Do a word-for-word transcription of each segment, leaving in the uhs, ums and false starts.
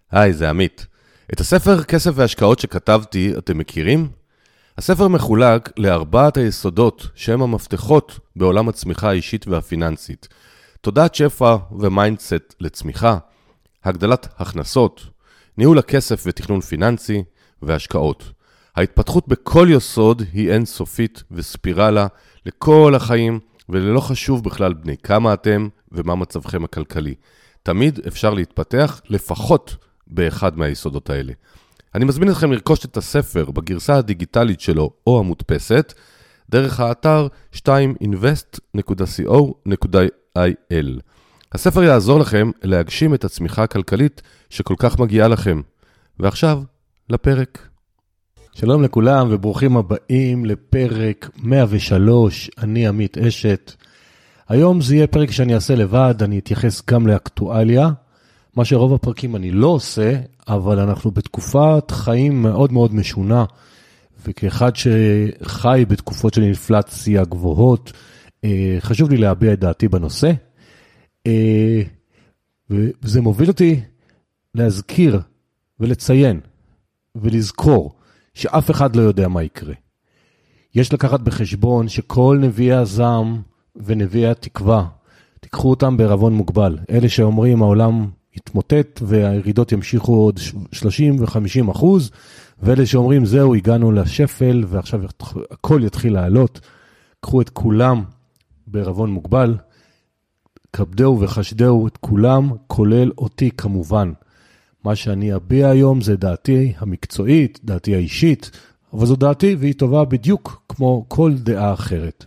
היי, זה עמית. את הספר כסף והשקעות שכתבתי אתם מכירים? הספר מחולק לארבעת היסודות שהם המפתחות בעולם הצמיחה האישית והפיננסית. תודעת שפע ומיינדסט לצמיחה, הגדלת הכנסות, ניהול הכסף ותכנון פיננסי והשקעות. ההתפתחות בכל יסוד היא אינסופית וספירלה לכל החיים, וללא חשוב בכלל בני כמה אתם ומה מצבכם הכלכלי. תמיד אפשר להתפתח לפחות באחד מהיסודות האלה. אני מזמין אתכם לרכוש את הספר בגרסה הדיגיטלית שלו או המודפסת, דרך האתר שתיים אינבסט נקודה סי או נקודה איי אל. הספר יעזור לכם להגשים את הצמיחה הכלכלית שכל כך מגיעה לכם. ועכשיו, לפרק. שלום לכולם וברוכים הבאים לפרק מאה ושלוש, אני עמית אשת. היום זה יהיה פרק שאני אעשה לבד, אני אתייחס גם לאקטואליה, מה שרוב הפרקים אני לא עושה, אבל אנחנו בתקופת חיים מאוד מאוד משונה, וכאחד שחי בתקופות של אינפלציה גבוהות, חשוב לי להביע את דעתי בנושא, וזה מוביל אותי להזכיר ולציין ולזכור שאף אחד לא יודע מה יקרה. יש לקחת בחשבון שכל נביאי הזעם ונביאי התקווה, תיקחו אותם בערבון מוגבל. אלה שאומרים העולם יתמוטט והירידות ימשיכו עוד שלושים וחמישים אחוז, ואלה שאומרים זהו הגענו לשפל ועכשיו הכל יתחיל לעלות. קחו את כולם בערבון מוגבל, כבדהו וחשדהו את כולם, כולל אותי כמובן. מה שאני אביע היום זה דעתי המקצועית, דעתי האישית, אבל זו דעתי והיא טובה בדיוק כמו כל דעה אחרת.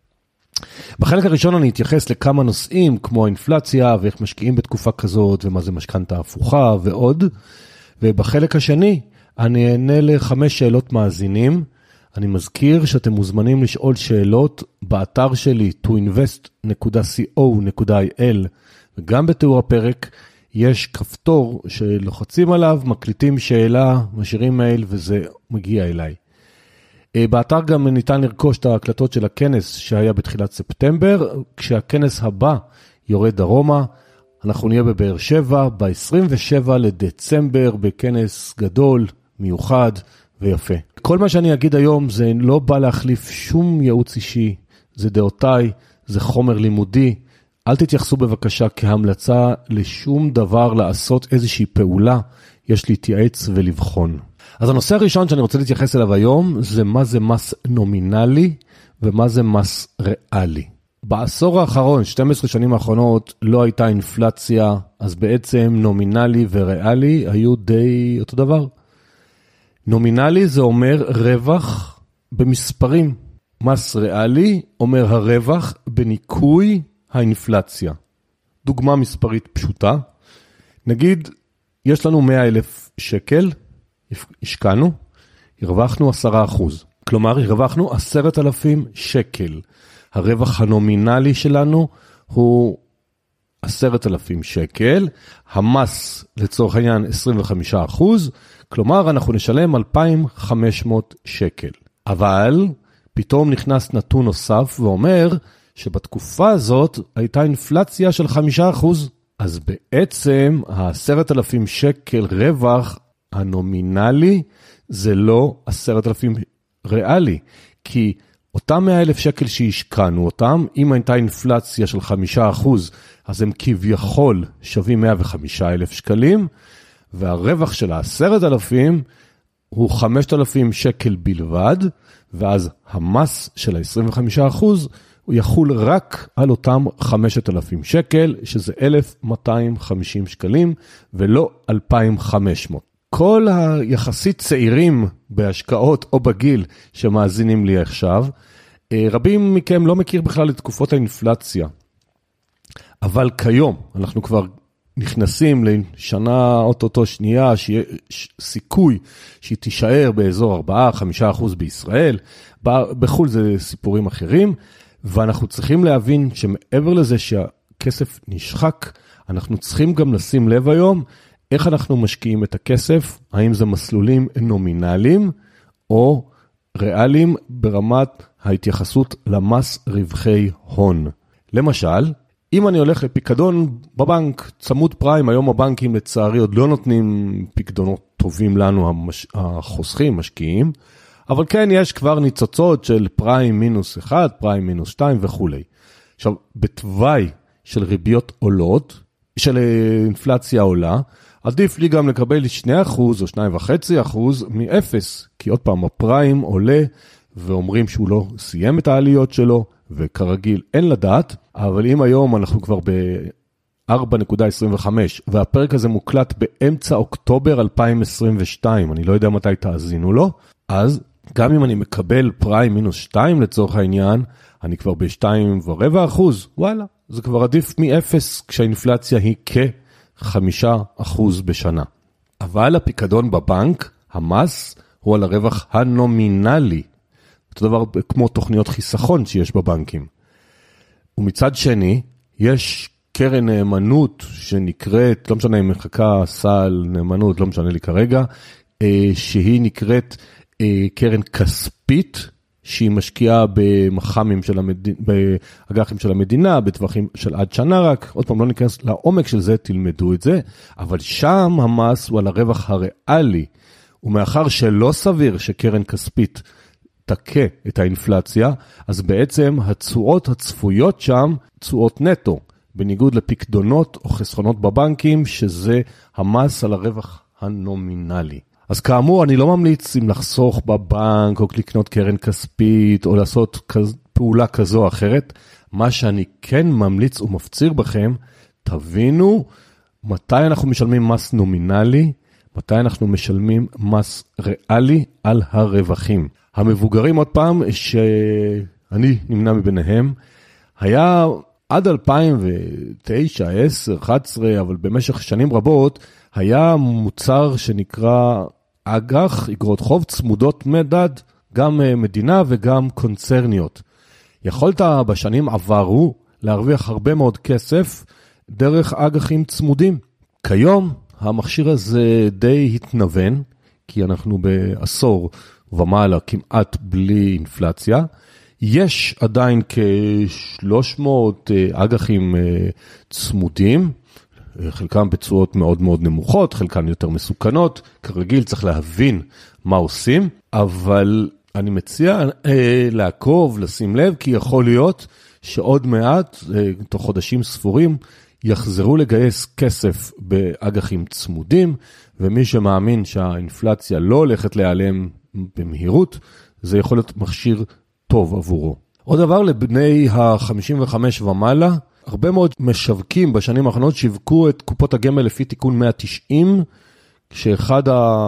בחלק הראשון אני אתייחס לכמה נושאים כמו האינפלציה ואיך משקיעים בתקופה כזאת ומה זה משכנתא הפוכה ועוד. ובחלק השני אני אענה לחמש שאלות מאזינים. אני מזכיר שאתם מוזמנים לשאול שאלות באתר שלי טו אינבסט נקודה סי או נקודה איי אל, וגם בתיאור הפרק יש כפתור שלוחצים עליו, מקליטים שאלה, משאירים מייל וזה מגיע אליי. באתר גם ניתן לרכוש את ההקלטות של הכנס שהיה בתחילת ספטמבר, כשהכנס הבא יורד דרומה, אנחנו נהיה בבאר שבע ב-עשרים ושבעה לדצמבר בכנס גדול, מיוחד ויפה. כל מה שאני אגיד היום זה לא בא להחליף שום ייעוץ אישי, זה דעותיי, זה חומר לימודי, אל תתייחסו בבקשה כהמלצה לשום דבר לעשות איזושהי פעולה, יש להתייעץ ולבחון. אז הנושא הראשון שאני רוצה להתייחס אליו היום, זה מה זה מס נומינלי ומה זה מס ריאלי. בעשור האחרון, שתים עשרה שנים האחרונות, לא הייתה אינפלציה, אז בעצם נומינלי וריאלי היו די אותו דבר. נומינלי זה אומר רווח במספרים. מס ריאלי אומר הרווח בניקוי האינפלציה. דוגמה מספרית פשוטה. נגיד, יש לנו מאה אלף שקל, השקענו, הרווחנו עשרה אחוז. כלומר, הרווחנו עשרת אלפים שקל. הרווח הנומינלי שלנו הוא עשרת אלפים שקל. המס לצורך העניין עשרים וחמישה אחוז. כלומר, אנחנו נשלם אלפיים וחמש מאות שקל. אבל פתאום נכנס נתון נוסף ואומר שבתקופה הזאת הייתה אינפלציה של חמישה אחוז. אז בעצם ה-עשרת אלפים שקל רווח הנומינלי זה לא עשרת אלפים ריאלי. כי אותם מאה אלף שקל שהשקענו אותם, אם הייתה אינפלציה של חמישה אחוז, אז הם כביכול שווים מאה וחמישה אלף שקלים, והרווח של ה-עשרת אלפים הוא חמשת אלפים שקל בלבד, ואז המס של ה-עשרים וחמישה אחוז הוא יחול רק על אותם חמשת אלפים שקל, שזה אלף מאתיים וחמישים שקלים, ולא אלפיים וחמש מאות. כל היחסית צעירים בהשקעות או בגיל שמאזינים לי עכשיו, רבים מכם לא מכיר בכלל את תקופות האינפלציה. אבל כיום אנחנו כבר נכנסים לשנה אוטוטו שנייה, שיהיה סיכוי שהיא תישאר באזור ארבעה עד חמישה אחוז בישראל, בחול זה סיפורים אחרים, ואנחנו צריכים להבין שמעבר לזה שהכסף נשחק, אנחנו צריכים גם לשים לב היום איך אנחנו משקיעים את הכסף, האם זה מסלולים נומינליים או ריאליים ברמת ההתייחסות למס רווחי הון. למשל, אם אני הולך לפיקדון בבנק, צמוד פריים, היום הבנקים לצערי עוד לא נותנים פיקדונות טובים לנו המש... החוסכים, משקיעים, אבל כן יש כבר ניצוצות של פריים מינוס אחד, פריים מינוס שתיים וכו'. עכשיו, בתוואי של ריביות עולות, של אינפלציה עולה, עדיף לי גם לקבל שני אחוז או שניים וחצי אחוז מאפס, כי עוד פעם הפריים עולה ואומרים שהוא לא סיים את העליות שלו, וכרגיל אין לדעת, אבל אם היום אנחנו כבר ב-ארבע נקודה עשרים וחמש, והפרק הזה מוקלט באמצע אוקטובר אלפיים עשרים ושתיים, אני לא יודע מתי תאזינו לו, אז גם אם אני מקבל פריים מינוס שתיים לצורך העניין, אני כבר ב-שתיים ורבע אחוז, וואלה, זה כבר עדיף מ-אפס כשהאינפלציה היא כ-חמישה אחוז בשנה. אבל הפיקדון בבנק, המס, הוא על הרווח הנומינלי, אותו דבר כמו תוכניות חיסכון שיש בבנקים. ומצד שני, יש קרן נאמנות שנקראת, לא משנה אם מחכה סל נאמנות, לא משנה לי כרגע, שהיא נקראת קרן כספית, שהיא משקיעה במחמים של המדינה, באג"חים של המדינה, בטווחים של עד שנה רק, עוד פעם לא ניכנס לעומק של זה, תלמדו את זה, אבל שם המס הוא על הרווח הריאלי, ומאחר שלא סביר שקרן כספית תקה את האינפלציה, אז בעצם התשואות הצפויות שם, תשואות נטו, בניגוד לפקדונות או חסכונות בבנקים, שזה המס על הרווח הנומינלי. אז כאמור, אני לא ממליץ אם לחסוך בבנק, או לקנות קרן כספית, או לעשות כז... פעולה כזו או אחרת. מה שאני כן ממליץ ומפציר בכם, תבינו מתי אנחנו משלמים מס נומינלי, מתי אנחנו משלמים מס ריאלי על הרווחים. המבוגרים עוד פעם, שאני נמנע מביניהם, היה עד אלפיים ותשע, עשר, אחת עשרה, אבל במשך שנים רבות, היה מוצר שנקרא אג"ח, אגרות חוב צמודות מדד, גם מדינה וגם קונצרניות. יכולת בשנים עברו להרוויח הרבה מאוד כסף דרך אג"חים צמודים. כיום המכשיר הזה די התנוון, כי אנחנו בעשור ומעלה כמעט בלי אינפלציה. יש עדיין כ-שלוש מאות אג"חים צמודים, חלקם בצורות מאוד מאוד נמוכות, חלקן יותר מסוכנות, כרגיל צריך להבין מה עושים, אבל אני מציע אה, לעקוב, לשים לב, כי יכול להיות שעוד מעט, אה, תוך חודשים ספורים, יחזרו לגייס כסף באג"חים צמודים, ומי שמאמין שהאינפלציה לא הולכת להיעלם במהירות, זה יכול להיות מכשיר טוב עבורו. עוד דבר לבני ה-חמישים וחמש ומעלה, הרבה מאוד משווקים בשנים האחרונות שיווקו את קופות הגמל לפי תיקון מאה ותשעים, כשאחד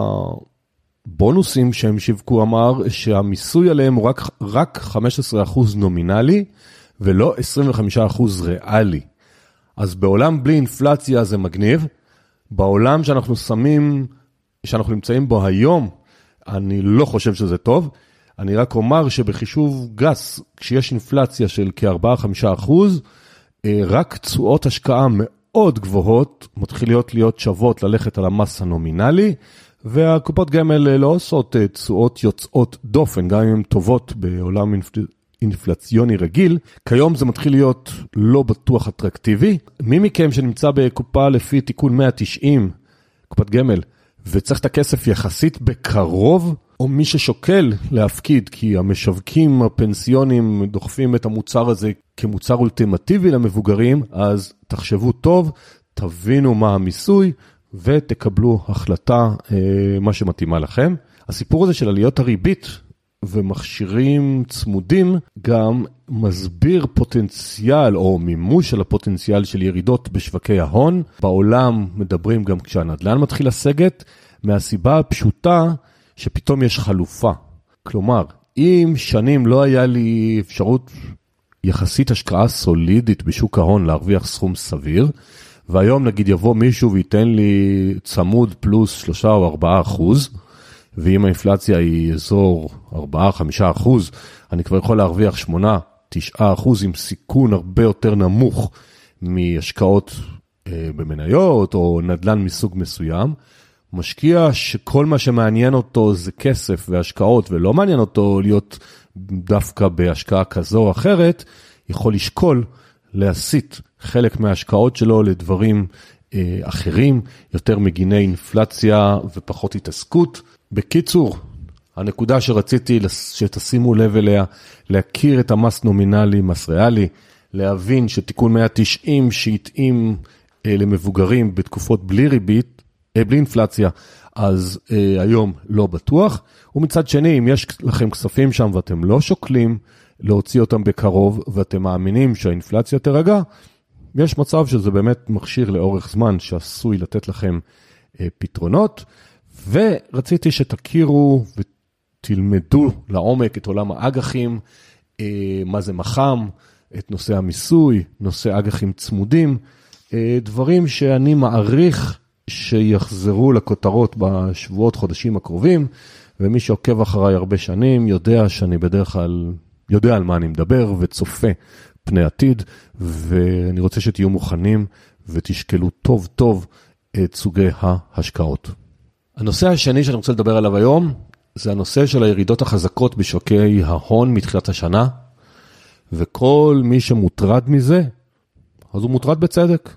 הבונוסים שהם שיווקו אמר שהמיסוי עליהם הוא רק, רק חמישה עשר אחוז נומינלי, ולא עשרים וחמישה אחוז ריאלי. אז בעולם בלי אינפלציה זה מגניב, בעולם שאנחנו שמים, שאנחנו נמצאים בו היום, אני לא חושב שזה טוב, אני רק אומר שבחישוב גס, כשיש אינפלציה של כ-ארבעה עד חמישה אחוז, רק תשואות השקעה מאוד גבוהות, מתחילות להיות שוות ללכת על המס הנומינלי, והקופות גמל לא עושות תשואות יוצאות דופן, גם אם הן טובות בעולם אינפלציוני רגיל, כיום זה מתחיל להיות לא בטוח אטרקטיבי. מי מכם שנמצא בקופה לפי תיקון מאה ותשעים, קופת גמל, וצריך את הכסף יחסית בקרוב, או מי ששוקל להפקיד, כי המשווקים הפנסיונים דוחפים את המוצר הזה כמוצר אולטימטיבי למבוגרים, אז תחשבו טוב, תבינו מה המיסוי, ותקבלו החלטה אה, מה שמתאימה לכם. הסיפור הזה של עליות הריבית ומכשירים צמודים גם מסביר פוטנציאל או מימוש של הפוטנציאל של ירידות בשווקי ההון. בעולם מדברים גם כשהנדל"ן מתחיל לסגת, מהסיבה הפשוטה שפתאום יש חלופה. כלומר, אם שנים לא היה לי אפשרות יחסית השקעה סולידית בשוק ההון להרוויח סכום סביר, והיום נגיד יבוא מישהו וייתן לי צמוד פלוס שלושה או ארבעה אחוז, ואם האינפלציה היא אזור ארבעה חמישה אחוז, אני כבר יכול להרוויח שמונה תשעה אחוז עם סיכון הרבה יותר נמוך מהשקעות אה, במניות או נדל"ן מסוג מסוים. משקיע שכל מה שמעניין אותו זה כסף והשקעות, ולא מעניין אותו להיות דווקא בהשקעה כזו או אחרת, יכול לשקול להסיט חלק מההשקעות שלו לדברים אה, אחרים, יותר מגיני אינפלציה ופחות התעסקות. בקיצור, הנקודה שרציתי שתשימו לב אליה, להכיר את המס נומינלי, מס ריאלי, להבין שתיקון מאה תשעים שהתאים אה, למבוגרים בתקופות בלי ריבית, אה, בלי אינפלציה, אז אה, היום לא בטוח. ומצד שני, אם יש לכם כספים שם ואתם לא שוקלים להוציא אותם בקרוב, ואתם מאמינים שהאינפלציה תרגע, יש מצב שזה באמת מכשיר לאורך זמן שעשוי לתת לכם אה, פתרונות, ורציתי שתכירו ותלמדו לעומק את עולם האג"חים, אה, מה זה מח"מ, את נושא המיסוי, נושא אג"חים צמודים, אה, דברים שאני מעריך שיחזרו לכותרות בשבועות, חודשים הקרובים, ומי שעוקב אחריי הרבה שנים יודע שאני בדרך כלל יודע על מה אני מדבר וצופה פני עתיד, ואני רוצה שתהיו מוכנים ותשקלו טוב טוב את סוגי ההשקעות. הנושא השני שאני רוצה לדבר עליו היום, זה הנושא של הירידות החזקות בשוקי ההון מתחילת השנה, וכל מי שמוטרד מזה, אז הוא מוטרד בצדק,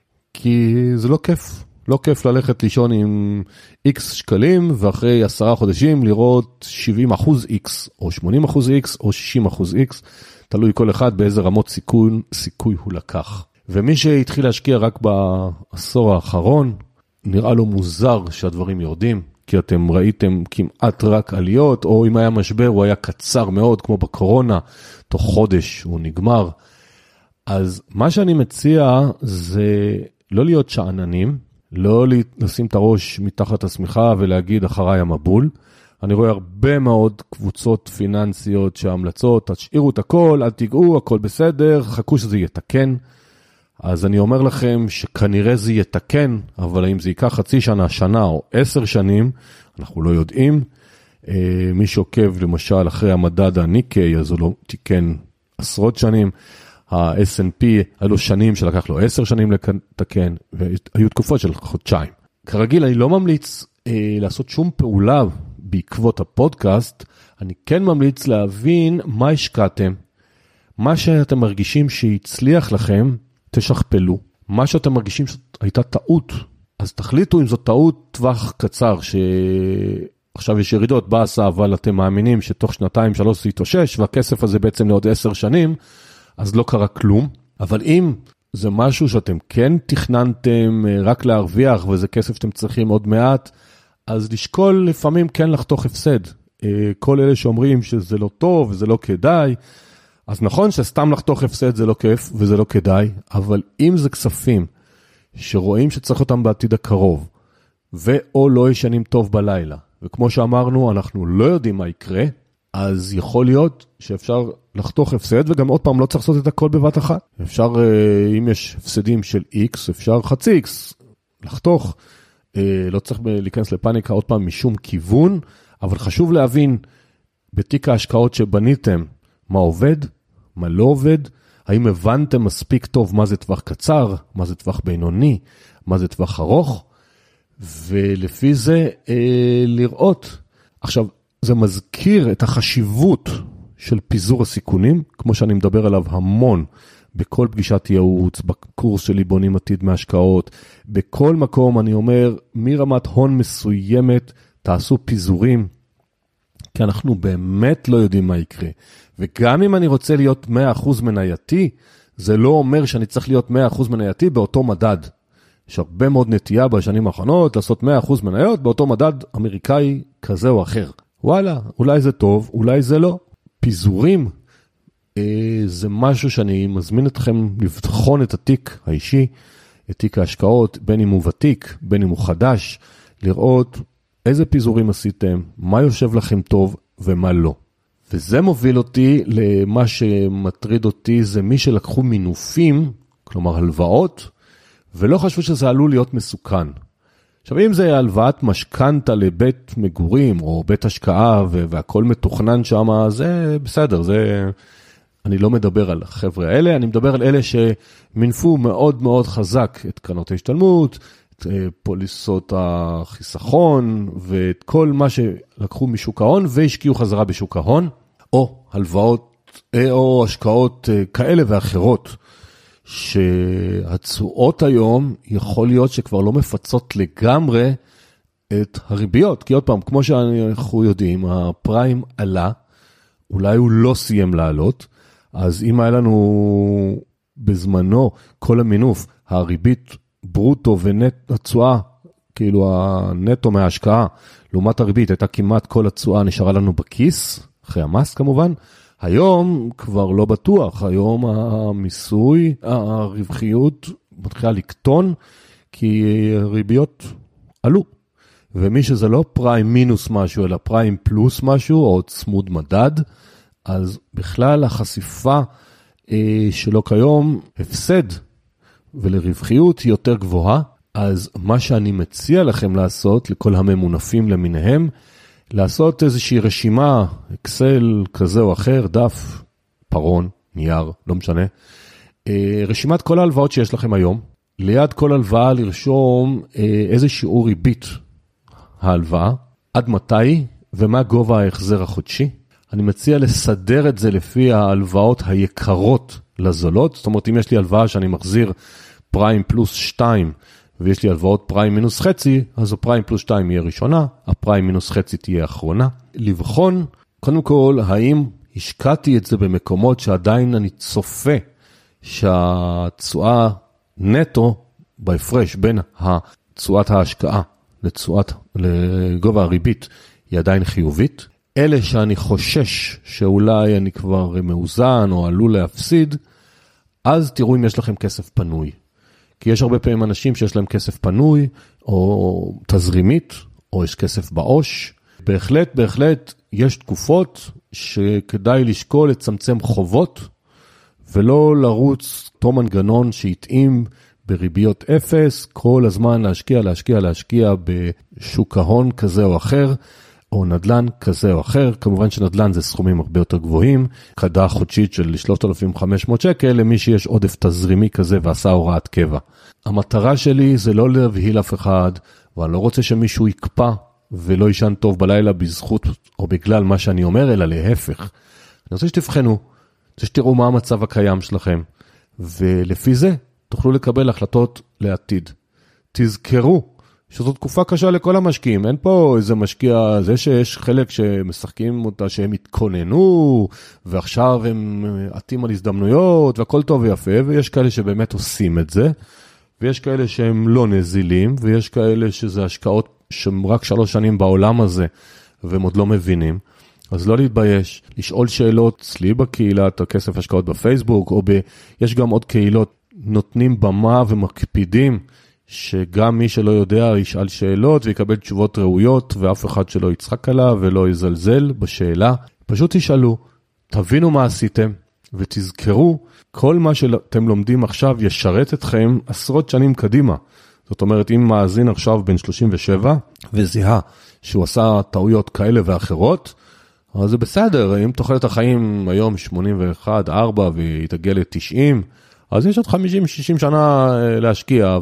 כי זה לא כיף. לא כיף ללכת לישון עם X שקלים, ואחרי עשרה חודשים לראות שבעים אחוז X, או שמונים אחוז X, או שישים אחוז X, תלוי כל אחד באיזה רמות סיכון, סיכוי הוא לקח. ומי שהתחיל להשקיע רק בעשור האחרון, נראה לו מוזר שהדברים יורדים, כי אתם ראיתם כמעט רק עליות, או אם היה משבר הוא היה קצר מאוד, כמו בקורונה, תוך חודש הוא נגמר. אז מה שאני מציע זה לא להיות שעננים, לא לשים את הראש מתחת השמיכה ולהגיד אחריי המבול. אני רואה הרבה מאוד קבוצות פיננסיות שההמלצות, תשאירו את הכל, אל תיגעו, הכל בסדר, חכו שזה יתקן. אז אני אומר לכם שכנראה זה יתקן, אבל אם זה ייקח חצי שנה, שנה או עשר שנים, אנחנו לא יודעים. מי שעוקב למשל אחרי המדד הניקי, אז הוא לא תיקן עשרות שנים. ה-אס אנד פי, היו שנים שלקח לו עשר שנים לתקן, והיו תקופות של חודשיים. כרגיל, אני לא ממליץ אה, לעשות שום פעולה בעקבות הפודקאסט, אני כן ממליץ להבין מה השקעתם, מה שאתם מרגישים שהצליח לכם, תשכפלו. מה שאתם מרגישים שהייתה טעות, אז תחליטו אם זו טעות טווח קצר, שעכשיו יש ירידות בעשה, אבל אתם מאמינים שתוך שנתיים שלוש זה יתאושש, והכסף הזה בעצם לעוד עשר שנים, אז לא קרה כלום. אבל אם זה משהו שאתם כן תכננתם רק להרוויח, וזה כסף שאתם צריכים עוד מעט, אז לשקול לפעמים כן לחתוך הפסד. כל אלה שאומרים שזה לא טוב וזה לא כדאי, אז נכון שסתם לחתוך הפסד זה לא כיף וזה לא כדאי, אבל אם זה כספים שרואים שצריך אותם בעתיד הקרוב, ואו לא ישנים טוב בלילה, וכמו שאמרנו, אנחנו לא יודעים מה יקרה, אז יכול להיות שאפשר לחתוך הפסד, וגם עוד פעם לא צריך לעשות את הכל בבת אחת. אפשר, אם יש הפסדים של X, אפשר חצי X לחתוך, לא צריך להיכנס לפאניקה עוד פעם משום כיוון, אבל חשוב להבין בתיק ההשקעות שבניתם, מה עובד, מה לא עובד, האם הבנתם מספיק טוב מה זה טווח קצר, מה זה טווח בינוני, מה זה טווח ארוך, ולפי זה אה, לראות. עכשיו, זה מזכיר את החשיבות של פיזור הסיכונים, כמו שאני מדבר עליו המון, בכל פגישת ייעוץ, בקורס שלי בונים עתיד מהשקעות, בכל מקום אני אומר, מרמת הון מסוימת, תעשו פיזורים, כי אנחנו באמת לא יודעים מה יקרה. וגם אם אני רוצה להיות מאה אחוז מנייתי, זה לא אומר שאני צריך להיות מאה אחוז מנייתי באותו מדד. יש הרבה מאוד נטייה בשנים האחרונות לעשות מאה אחוז מניות באותו מדד אמריקאי כזה או אחר. וואלה, אולי זה טוב, אולי זה לא. פיזורים אה, זה משהו שאני מזמין אתכם לבחון את התיק האישי, את תיק ההשקעות, בין אם הוא ותיק, בין אם הוא חדש, לראות איזה פיזורים עשיתם, מה יושב לכם טוב ומה לא. וזה מוביל אותי למה שמטריד אותי, זה מי שלקחו מינופים, כלומר הלוואות, ולא חשבו שזה עלול להיות מסוכן. עכשיו, אם זה הלוואת משכנתה לבית מגורים, או בית השקעה, והכל מתוכנן שם, זה בסדר, זה... אני לא מדבר על החבר'ה האלה, אני מדבר על אלה שמינפו מאוד מאוד חזק את קרנות ההשתלמות, את פוליסות החיסכון, ואת כל מה שלקחו משוק ההון, והשקיעו חזרה בשוק ההון, או הלוואות, או השקעות כאלה ואחרות, שהתשואות היום יכול להיות שכבר לא מפצות לגמרי את הריביות, כי עוד פעם, כמו שאנחנו יודעים, הפריים עלה, אולי הוא לא סיים לעלות, אז אם היה לנו בזמנו כל המינוף, הריבית ברוטו ונט התשואה, כאילו הנטו מההשקעה, לעומת הריבית הייתה כמעט כל התשואה נשארה לנו בכיס, אחרי המס כמובן, היום כבר לא בטוח, היום המיסוי, הרווחיות מתחילה לקטון, כי ריביות עלו. ומי שזה לא פריים מינוס משהו, אלא פריים פלוס משהו, או צמוד מדד, אז בכלל החשיפה אה, שלו כיום, הפסד ולרווחיות היא יותר גבוהה, אז מה שאני מציע לכם לעשות, לכל הממונפים למיניהם, לעשות איזושהי רשימה, אקסל כזה או אחר, דף, פרון, נייר, לא משנה, אה, רשימת כל ההלוואות שיש לכם היום, ליד כל הלוואה לרשום אה, איזה שיעור ריבית, ההלוואה, עד מתי ומה גובה ההחזר החודשי. אני מציע לסדר את זה לפי ההלוואות היקרות לזולות, זאת אומרת אם יש לי הלוואה שאני מחזיר פריים פלוס שתיים, ויש לי הלוואות פריים מינוס חצי, אז הפריים פלוס שתיים יהיה ראשונה, הפריים מינוס חצי תהיה אחרונה. לבחון, קודם כל, האם השקעתי את זה במקומות שעדיין אני צופה שהתשואה נטו בהפרש בין תשואת ההשקעה לתשואת, לגובה הריבית היא עדיין חיובית. אלה שאני חושש שאולי אני כבר מאוזן או עלול להפסיד, אז תראו אם יש לכם כסף פנוי. כי יש הרבה פעמים אנשים שיש להם כסף פנוי, או תזרימית, או יש כסף בעוש. בהחלט, בהחלט, יש תקופות שכדאי לשקול לצמצם חובות, ולא לרוץ אותו מנגנון שיתאים בריביות אפס, כל הזמן להשקיע, להשקיע, להשקיע בשוק ההון כזה או אחר, או נדל"ן כזה או אחר. כמובן שנדל"ן זה סכומים הרבה יותר גבוהים, קדה חודשית של שלושת אלפים וחמש מאות שקל, למי שיש עודף תזרימי כזה ועשה הוראת קבע. המטרה שלי זה לא להבהיל אף אחד, ואני לא רוצה שמישהו יקפא ולא יישן טוב בלילה בזכות או בגלל מה שאני אומר, אלא להפך. אני רוצה שתבחנו, רוצה שתראו מה המצב הקיים שלכם, ולפי זה תוכלו לקבל החלטות לעתיד. תזכרו שזו תקופה קשה לכל המשקיעים, אין פה איזה משקיע, זה שיש חלק שמשחקים אותה שהם התכוננו, ועכשיו הם עטים על הזדמנויות, והכל טוב ויפה, ויש כאלה שבאמת עושים את זה, ויש כאלה שהם לא נזילים, ויש כאלה שזה השקעות שהם רק שלוש שנים בעולם הזה, והם עוד לא מבינים. אז לא להתבייש, לשאול שאלות אצלי בקהילה, את הכסף השקעות בפייסבוק, או ב... יש גם עוד קהילות, נותנים במה ומקפידים, שגם מי שלא יודע ישאל שאלות ויקבל תשובות ראויות, ואף אחד שלא יצחק עליו ולא יזלזל בשאלה. פשוט תשאלו, תבינו מה עשיתם, ותזכרו, כל מה שאתם לומדים עכשיו ישרת אתכם עשרות שנים קדימה. זאת אומרת, אם מאזין עכשיו בן שלושים ושבע, וזיהה שהוא עשה טעויות כאלה ואחרות, אז זה בסדר. אם תוחלת החיים היום שמונים ואחת, ארבע, ויתגיע ל-תשעים, אז יש עוד חמישים שישים שנה להשקיע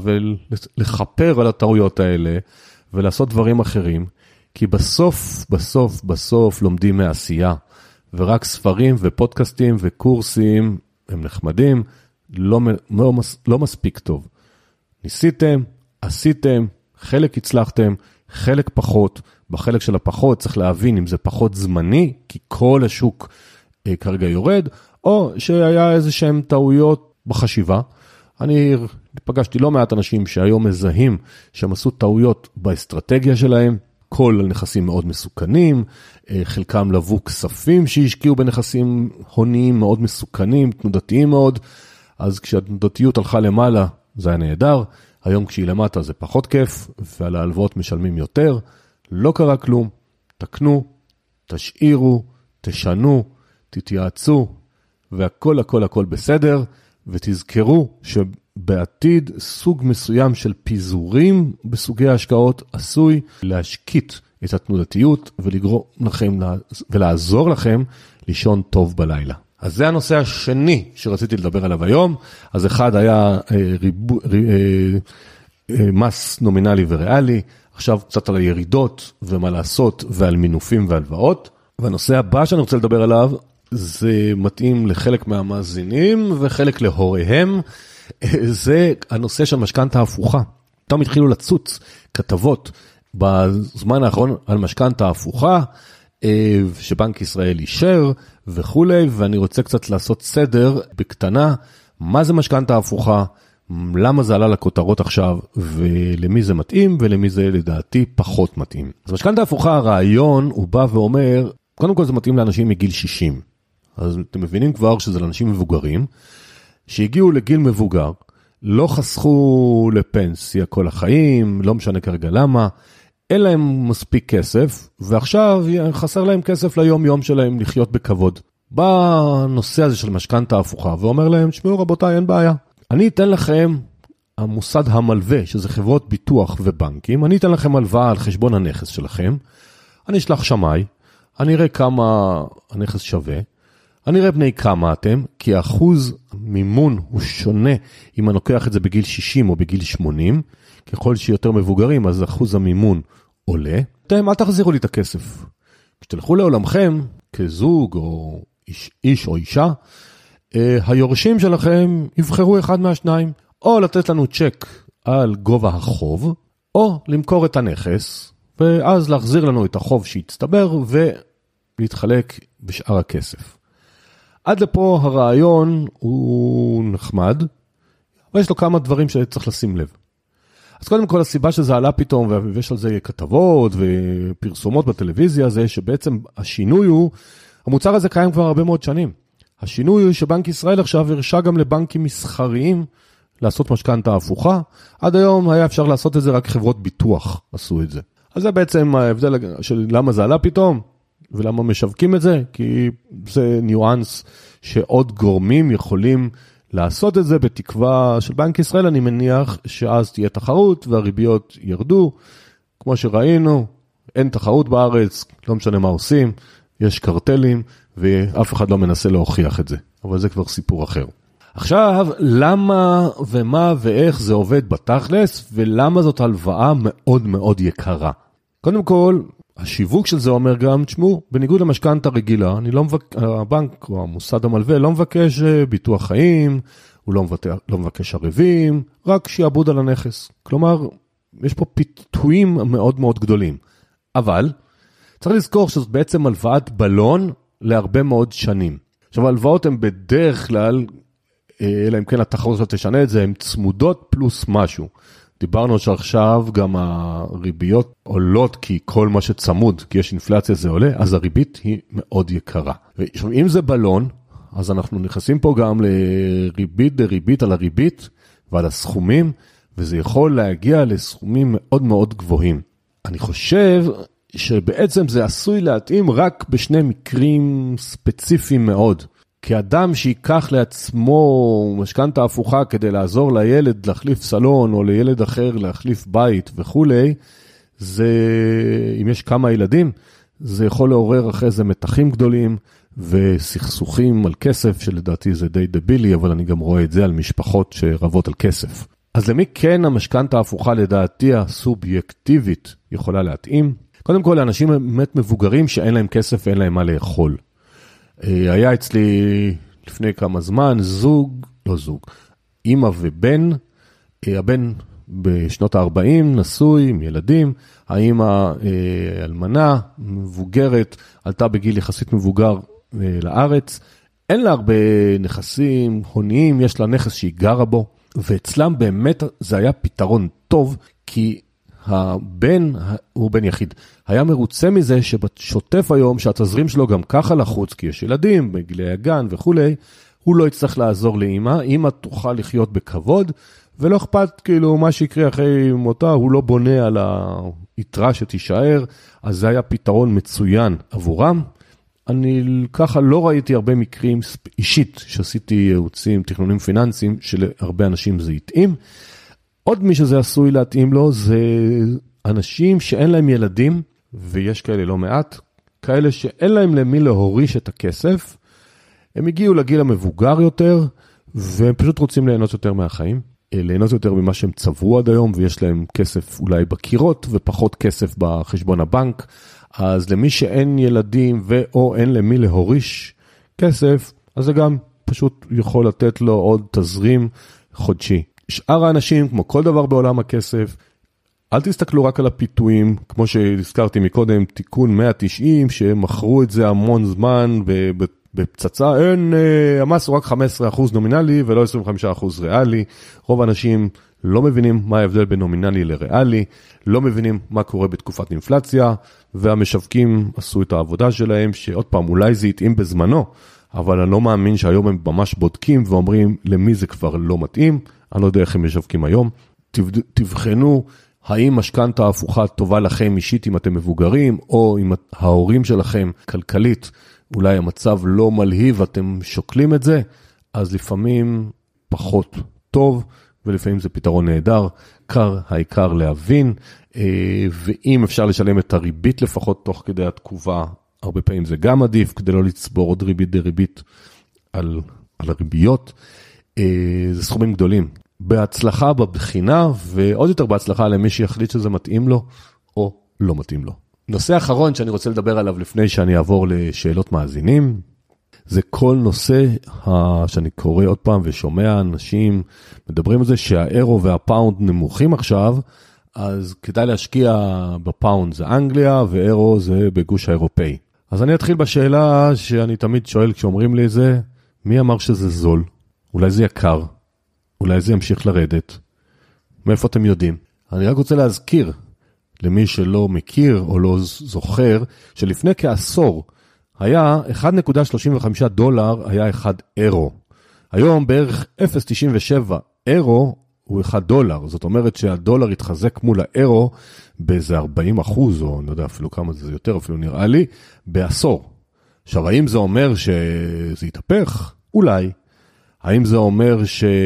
ולחפר על הטעויות האלה ולעשות דברים אחרים, כי בסוף, בסוף, בסוף לומדים מעשייה, ורק ספרים ופודקאסטים וקורסים הם נחמדים, לא, לא, לא מספיק טוב. ניסיתם, עשיתם, חלק הצלחתם, חלק פחות. בחלק של הפחות צריך להבין אם זה פחות זמני, כי כל השוק אה, כרגע יורד, או שהיה איזה שהם טעויות בחשיבה. אני פגשתי לא מעט אנשים שהיום מזהים שהם עשו טעויות באסטרטגיה שלהם, כל נכסים מאוד מסוכנים, חלקם לבו כספים שהשקיעו בנכסים הוניים מאוד מסוכנים, תנודתיים מאוד, אז כשהתנודתיות הלכה למעלה זה היה נהדר, היום כשהיא למטה זה פחות כיף, ועל ההלוואות משלמים יותר, לא קרה כלום, תקנו, תשאירו, תשנו, תתייעצו, והכל הכל הכל בסדר, ותזכרו שבעתיד סוג מסוים של פיזורים בסוגי ההשקעות עשוי להשקיט את התנודתיות ולגרום לכם ולעזור לכם לישון טוב בלילה. אז זה הנושא השני שרציתי לדבר עליו היום. אז אחד היה ריבו, מס נומינלי וריאלי, עכשיו קצת על הירידות ומה לעשות ועל מינופים והלוואות. והנושא הבא שאני רוצה לדבר עליו, זה מתאים לחלק מהמאזינים וחלק להוריהם. זה הנושא של משכנתא הפוכה. פתאום התחילו לצוץ כתבות בזמן האחרון על משכנתא הפוכה, שבנק ישראל אישר וכולי, ואני רוצה קצת לעשות סדר בקטנה, מה זה משכנתא הפוכה, למה זה עלה לכותרות עכשיו, ולמי זה מתאים, ולמי זה לדעתי פחות מתאים. אז משכנתא הפוכה, הרעיון הוא בא ואומר, קודם כל זה מתאים לאנשים מגיל שישים, אז אתם מבינים כבר שזה לאנשים מבוגרים, שהגיעו לגיל מבוגר, לא חסכו לפנסיה כל החיים, לא משנה כרגע למה, אין להם מספיק כסף, ועכשיו חסר להם כסף ליום יום שלהם לחיות בכבוד. בא הנושא הזה של משכנתא הפוכה, ואומר להם, שמעו רבותיי, אין בעיה. אני אתן לכם, המוסד המלווה, שזה חברות ביטוח ובנקים, אני אתן לכם הלוואה על חשבון הנכס שלכם, אני אשלח שמאי, אני אראה כמה הנכס שווה, אני אראה בני כמה אתם, כי האחוז מימון הוא שונה אם אני לוקח את זה בגיל שישים או בגיל שמונים, ככל שיותר מבוגרים, אז אחוז המימון עולה. אתם, אל תחזירו לי את הכסף. כשתלכו לעולמכם, כזוג או איש, איש או אישה, היורשים שלכם יבחרו אחד מהשניים, או לתת לנו צ'ק על גובה החוב, או למכור את הנכס, ואז להחזיר לנו את החוב שהצטבר, ולהתחלק בשאר הכסף. עד לפה הרעיון הוא נחמד, אבל יש לו כמה דברים שצריך לשים לב. אז קודם כל הסיבה שזה עלה פתאום, ויש על זה כתבות ופרסומות בטלוויזיה, זה שבעצם השינוי הוא, המוצר הזה קיים כבר הרבה מאוד שנים. השינוי הוא שבנק ישראל עכשיו הרשה גם לבנקים מסחריים לעשות משכנתא הפוכה. עד היום היה אפשר לעשות את זה, רק חברות ביטוח עשו את זה. אז זה בעצם ההבדל של למה זה עלה פתאום, ולמה משווקים את זה, כי זה ניואנס שעוד גורמים יכולים לעשות את זה בתקווה של בנק ישראל. אני מניח שאז תהיה תחרות והריביות ירדו. כמו שראינו, אין תחרות בארץ, לא משנה מה עושים, יש קרטלים ואף אחד לא מנסה להוכיח את זה. אבל זה כבר סיפור אחר. עכשיו, למה ומה ואיך זה עובד בתכלס, ולמה זאת הלוואה מאוד מאוד יקרה? קודם כל, השיווק של זה אומר גם, תשמעו, בניגוד למשכנתא רגילה, אני לא מבק... הבנק או המוסד המלווה לא מבקש ביטוח חיים, הוא לא מבקש, לא מבקש ערבים, רק שיעבוד על הנכס. כלומר, יש פה פיתויים מאוד מאוד גדולים. אבל, צריך לזכור שזאת בעצם הלוואת בלון להרבה מאוד שנים. עכשיו, הלוואות הן בדרך כלל, אלא אם כן התחרות הזאת תשנה את זה, הן צמודות פלוס משהו. דיברנו שעכשיו גם הריביות עולות, כי כל מה שצמוד, כי יש אינפלציה זה עולה, אז הריבית היא מאוד יקרה. ואם זה בלון, אז אנחנו נכנסים פה גם לריבית דריבית על הריבית ועל הסכומים, וזה יכול להגיע לסכומים מאוד מאוד גבוהים. אני חושב שבעצם זה עשוי להתאים רק בשני מקרים ספציפיים מאוד. כי אדם שיקח לעצמו משכנתא הפוכה כדי לעזור לילד להחליף סלון, או לילד אחר להחליף בית וכולי, זה, אם יש כמה ילדים, זה יכול לעורר אחרי זה מתחים גדולים, וסכסוכים על כסף, שלדעתי זה די דבילי, אבל אני גם רואה את זה על משפחות שרבות על כסף. אז למי כן המשכנתא הפוכה לדעתי הסובייקטיבית יכולה להתאים? קודם כל, לאנשים באמת מבוגרים שאין להם כסף ואין להם מה לאכול. היה אצלי לפני כמה זמן זוג, לא זוג, אמא ובן, הבן בשנות ה-ארבעים, נשוי עם ילדים, האמא אלמנה, מבוגרת, עלתה בגיל יחסית מבוגר לארץ, אין לה הרבה נכסים הוניים, יש לה נכס שהיא גרה בו, ואצלם באמת זה היה פתרון טוב, כי הבן, הוא בן יחיד, היה מרוצה מזה שבשוטף היום, שהתזרים שלו גם ככה לחוץ, כי יש ילדים, בגילי הגן וכולי, הוא לא יצטרך לעזור לאמא, אמא תוכל לחיות בכבוד, ולא אכפת כאילו מה שיקרה אחרי מותה, הוא לא בונה על היתרה שתישאר, אז זה היה פתרון מצוין עבורם. אני ככה לא ראיתי הרבה מקרים אישית, שעשיתי ייעוצים, תכנונים פיננסיים, שלהרבה אנשים זה יתאים. עוד מי שזה עשוי להתאים לו, זה אנשים שאין להם ילדים, ויש כאלה לא מעט, כאלה שאין להם למי להוריש את הכסף, הם הגיעו לגיל המבוגר יותר, והם פשוט רוצים ליהנות יותר מהחיים, ליהנות יותר ממה שהם צברו עד היום, ויש להם כסף אולי בקירות, ופחות כסף בחשבון הבנק, אז למי שאין ילדים, ואו אין למי להוריש כסף, אז זה גם פשוט יכול לתת לו עוד תזרים חודשי. שאר האנשים, כמו כל דבר בעולם הכסף, אל תסתכלו רק על הפיתויים, כמו שהזכרתי מקודם, תיקון מאה ותשעים, שמכרו את זה המון זמן בפצצה, אין, המס הוא רק חמישה עשר אחוז נומינלי ולא עשרים וחמישה אחוז ריאלי. רוב האנשים לא מבינים מה ההבדל בין נומינלי לריאלי, לא מבינים מה קורה בתקופת אינפלציה, והמשווקים עשו את העבודה שלהם, שעוד פעם, אולי זה יתאים בזמנו, אבל אני לא מאמין שהיום הם ממש בודקים ואומרים למי זה כבר לא מתאים. אני לא יודע איך הם משווקים היום. תבחנו האם משכנתא הפוכה טובה לכם אישית אם אתם מבוגרים, או אם ההורים שלכם כלכלית, אולי המצב לא מלהיב, אתם שוקלים את זה, אז לפעמים פחות טוב, ולפעמים זה פתרון נהדר, קר העיקר להבין, ואם אפשר לשלם את הריבית לפחות תוך כדי התקובה, הרבה פעמים זה גם עדיף, כדי לא לצבור עוד ריבית דריבית על, על הריביות, זה סכומים גדולים. בהצלחה בבחינה, ועוד יותר בהצלחה למי שיחליט שזה מתאים לו, או לא מתאים לו. נושא אחרון שאני רוצה לדבר עליו לפני שאני אעבור לשאלות מאזינים, זה כל נושא שאני קורא עוד פעם ושומע אנשים מדברים על זה שהאירו והפאונד נמוכים עכשיו, אז כדאי להשקיע בפאונד זה אנגליה, ואירו זה בגוש האירופאי. אז אני אתחיל בשאלה שאני תמיד שואל כשאומרים לי זה, מי אמר שזה זול? אולי זה יקר? אולי זה ימשיך לרדת? מאיפה אתם יודעים? אני רק רוצה להזכיר למי שלא מכיר או לא זוכר, שלפני כעשור היה אחת נקודה שלושים וחמישה דולר, היה אחד אירו. היום בערך אפס נקודה תשעים ושבע אירו הוא אחד דולר. זאת אומרת שהדולר התחזק מול האירו באיזה ארבעים אחוז, או אני לא יודע אפילו כמה זה יותר, אפילו נראה לי, בעשור. עכשיו, האם זה אומר שזה יתהפך? אולי. האם זה אומר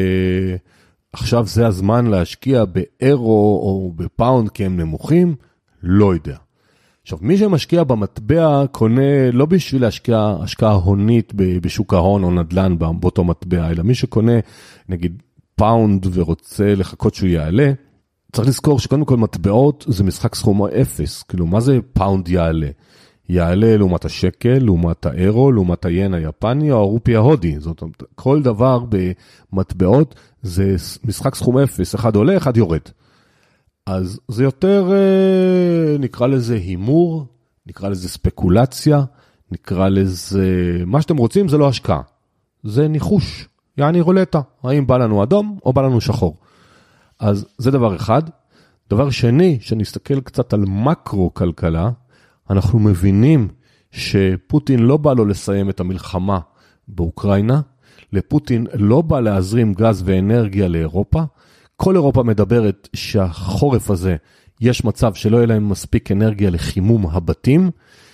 שעכשיו זה הזמן להשקיע באירו או בפאונד כי הם נמוכים? לא יודע. עכשיו, מי שמשקיע במטבע קונה לא בשביל להשקיע השקעה הונית בשוק ההון או נדל"ן באותו מטבע, אלא מי שקונה נגיד פאונד ורוצה לחכות שהוא יעלה, צריך לזכור שקודם כל מטבעות זה משחק סכום אפס. כאילו, מה זה פאונד יעלה? יעלה לעומת השקל, לעומת האירו, לעומת היין היפני או הרופי ההודי. זאת אומרת, כל דבר במטבעות זה משחק סכום אפס, אחד עולה, אחד יורד. אז זה יותר, נקרא לזה הימור, נקרא לזה ספקולציה, נקרא לזה, מה שאתם רוצים זה לא השקעה, זה ניחוש, יעני רולטה, האם בא לנו אדום או בא לנו שחור. אז זה דבר אחד. דבר שני, שנסתכל קצת על מקרו-כלכלה, אנחנו מבינים שפוטין לא בא לו לסיים את המלחמה באוקראינה, לפוטין לא בא להזרים גז ואנרגיה לאירופה, כל אירופה מדברת שהחורף הזה יש מצב שלא יהיה להם מספיק אנרגיה לחימום הבתים,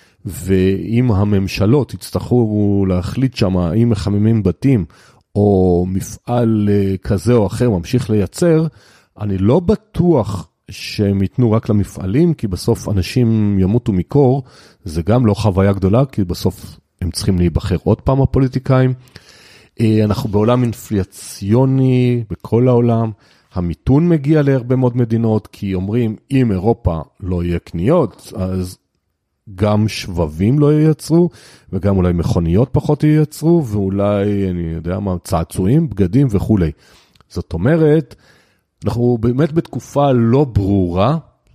ואם הממשלות יצטרכו להחליט שם אם מחממים בתים, או מפעל כזה או אחר ממשיך לייצר, אני לא בטוח שהם ייתנו רק למפעלים, כי בסוף אנשים ימותו מקור, זה גם לא חוויה גדולה, כי בסוף הם צריכים להיבחר עוד פעם הפוליטיקאים. אנחנו בעולם אינפלציוני בכל העולם, המיתון מגיע להרבה מאוד מדינות, כי אומרים, אם אירופה לא יהיה קניות, אז גם שבבים לא ייצרו, וגם אולי מכוניות פחות ייצרו, ואולי, אני יודע מה, צעצועים, בגדים וכו'. זאת אומרת, אנחנו באמת בתקופה לא ברורה,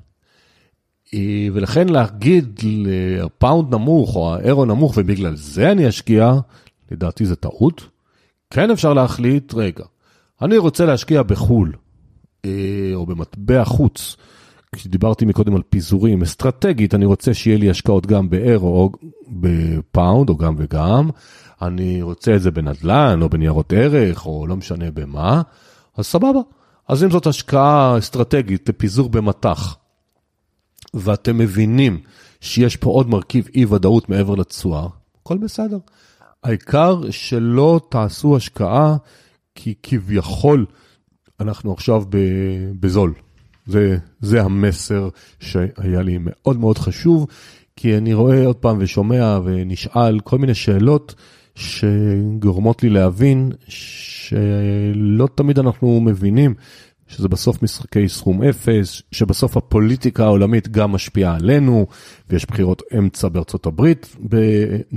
ולכן להגיד לפאונד נמוך או האירו נמוך, ובגלל זה אני אשקיע, לדעתי זה טעות. כן אפשר להחליט, רגע, אני רוצה להשקיע בחול, או במטבע חוץ, כשדיברתי מקודם על פיזורים, אסטרטגית, אני רוצה שיהיה לי השקעות גם באירו או בפאונד, או גם וגם, אני רוצה את זה בנדלן, או בניירות ערך, או לא משנה במה, אז סבבה. אז אם זאת השקעה אסטרטגית לפיזור במתח, ואתם מבינים שיש פה עוד מרכיב אי ודאות מעבר לתשואה, הכל בסדר. העיקר שלא תעשו השקעה, כי כביכול אנחנו עכשיו בזול. זה, זה המסר שהיה לי מאוד מאוד חשוב, כי אני רואה עוד פעם ושומע ונשאל כל מיני שאלות שגורמות לי להבין שלא תמיד אנחנו מבינים שזה בסוף משחקי סכום אפס, שבסוף הפוליטיקה העולמית גם משפיעה עלינו, ויש בחירות אמצע בארצות הברית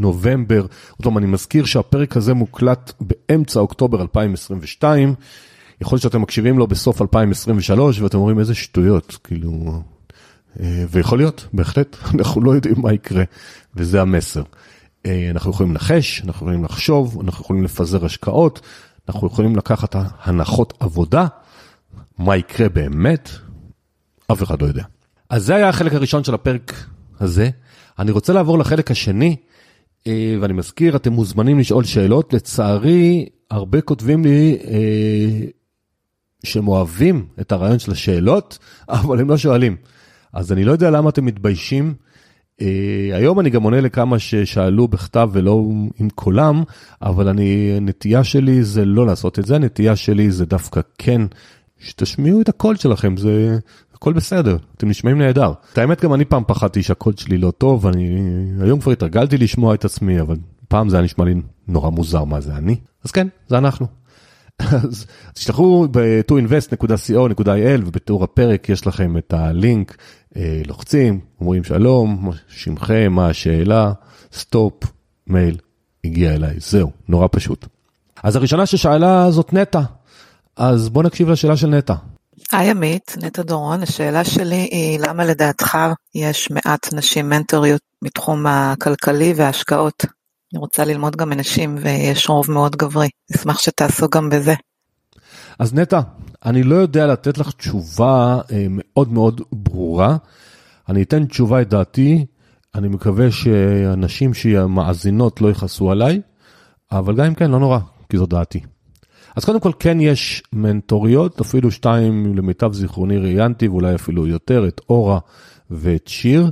בנובמבר. עוד פעם, אני מזכיר שהפרק הזה מוקלט באמצע אוקטובר אלפיים עשרים ושתיים, יכול להיות שאתם מקשיבים לו בסוף אלפיים עשרים ושלוש, ואתם אומרים איזה שטויות, כאילו, ויכול להיות, בהחלט, אנחנו לא יודעים מה יקרה, וזה המסר. אנחנו יכולים לנחש, אנחנו יכולים לחשוב, אנחנו יכולים לפזר השקעות, אנחנו יכולים לקחת הנחות עבודה, מה יקרה באמת, אף אחד לא יודע. אז זה היה החלק הראשון של הפרק הזה. אני רוצה לעבור לחלק השני, ואני מזכיר, אתם מוזמנים לשאול שאלות. לצערי, הרבה כותבים לי שהם אוהבים את הרעיון של השאלות, אבל הם לא שואלים. אז אני לא יודע למה אתם מתביישים. היום אני גם עונה לכמה ששאלו בכתב ולא עם קולם, אבל אני, נטייה שלי זה לא לעשות את זה, הנטייה שלי זה דווקא כן, שתשמיעו את הקול שלכם, זה הכל בסדר, אתם נשמעים נהדר. את האמת גם אני פעם פחדתי שהקול שלי לא טוב, אני היום כבר התרגלתי לשמוע את עצמי, אבל פעם זה היה נשמע לי נורא מוזר מה זה אני. אז כן, זה אנחנו. אז תשלחו ב-טו אינבסט נקודה סי או נקודה איי אל ובתיאור הפרק יש לכם את הלינק, לוחצים, אומרים שלום, שמכם, מה השאלה, סטופ, מייל, הגיע אליי, זהו, נורא פשוט. אז הראשונה ששאלה זאת נטע, אז בוא נקשיב לשאלה של נטע. היי עמית, נטע דורון, השאלה שלי היא למה לדעתך יש מעט נשים מנטוריות מתחום הכלכלי וההשקעות? אני רוצה ללמוד גם מנשים ויש רוב מאוד גברי, נשמח שתעשו גם בזה. אז נטע, אני לא יודע לתת לך תשובה מאוד מאוד ברורה, אני אתן תשובה את דעתי, אני מקווה שאנשים שמאזינות לא יחסו עליי, אבל גם אם כן, לא נורא, כי זו דעתי. אז קודם כל כן יש מנטוריות, אפילו שתיים למיטב זיכרוני ראיינתי, ואולי אפילו יותר, את אורה ואת שיר.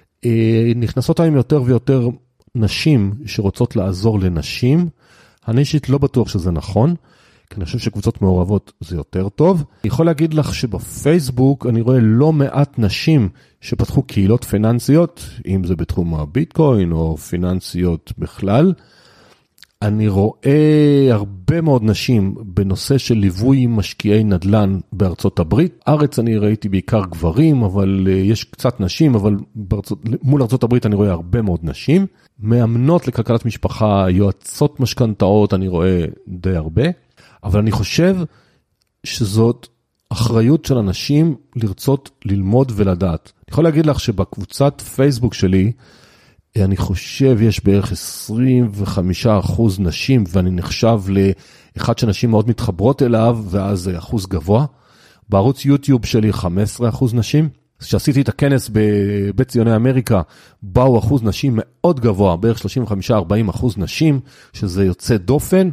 נכנסות היום יותר ויותר נשים שרוצות לעזור לנשים. אני אישית לא בטוח שזה נכון, כי אני חושב שקבוצות מעורבות זה יותר טוב. אני יכול להגיד לך שבפייסבוק אני רואה לא מעט נשים שפתחו קהילות פיננסיות, אם זה בתחום הביטקוין או פיננסיות בכלל. אני רואה הרבה מאוד נשים בנושא של ליווי משקיעי נדל"ן בארצות הברית. ארץ אני ראיתי בעיקר גברים, אבל יש קצת נשים, אבל בארצות, מול ארצות הברית אני רואה הרבה מאוד נשים. מאמנות לכלכלת משפחה, יועצות משכנתאות, אני רואה די הרבה. אבל אני חושב שזאת אחריות של אנשים לרצות ללמוד ולדעת. אני יכול להגיד לך שבקבוצת פייסבוק שלי, אני חושב יש בערך עשרים וחמישה אחוז נשים, ואני נחשב לאחד שנשים מאוד מתחברות אליו, ואז זה אחוז גבוה. בערוץ יוטיוב שלי חמישה עשר אחוז נשים. כשעשיתי את הכנס בבית ציוני אמריקה, באו אחוז נשים מאוד גבוה, בערך שלושים וחמישה עד ארבעים אחוז נשים, שזה יוצא דופן.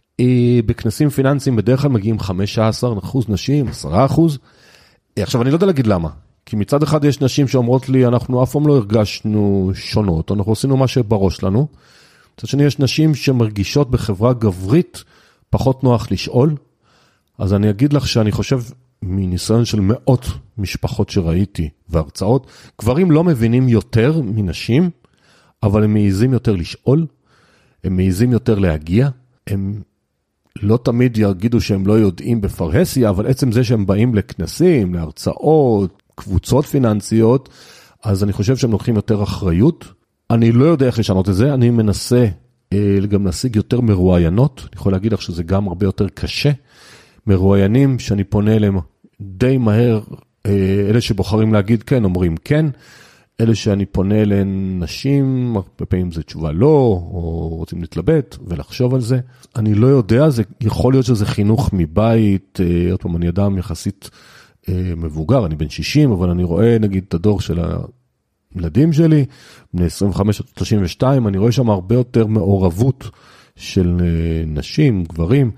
בכנסים פיננסיים בדרך כלל מגיעים חמישה עשר אחוז נשים, עשרה אחוז. עכשיו אני לא יודע להגיד למה. כי מצד אחד יש נשים שאומרות לי, אנחנו אף פעם לא הרגשנו שונות, אנחנו עשינו מה שבראש לנו. מצד שני, יש נשים שמרגישות בחברה גברית, פחות נוח לשאול. אז אני אגיד לך שאני חושב, מניסיון של מאות משפחות שראיתי והרצאות, גברים לא מבינים יותר מנשים, אבל הם מעיזים יותר לשאול, הם מעיזים יותר להגיע, הם לא תמיד יגידו שהם לא יודעים בפרהסיה, אבל עצם זה שהם באים לכנסים, להרצאות, קבוצות פיננסיות, אז אני חושב שהם לוקחים יותר אחריות. אני לא יודע איך לשנות את זה, אני מנסה אה, גם להשיג יותר מרואיינות, אני יכול להגיד לך שזה גם הרבה יותר קשה, מרואיינים שאני פונה אליהם די מהר, אה, אלה שבוחרים להגיד כן, אומרים כן, אלה שאני פונה אליהם נשים, הרבה פעמים זה תשובה לא, או רוצים להתלבט ולחשוב על זה. אני לא יודע, זה יכול להיות שזה חינוך מבית, אה, עוד פעם אני אדם יחסית, מבוגר, אני בן שישים, אבל אני רואה נגיד את הדור של הילדים שלי, בני עשרים וחמש עד שלושים ושתיים, אני רואה שם הרבה יותר מעורבות של נשים, גברים,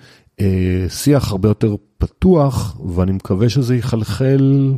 שיח הרבה יותר פתוח, ואני מקווה שזה יחלחל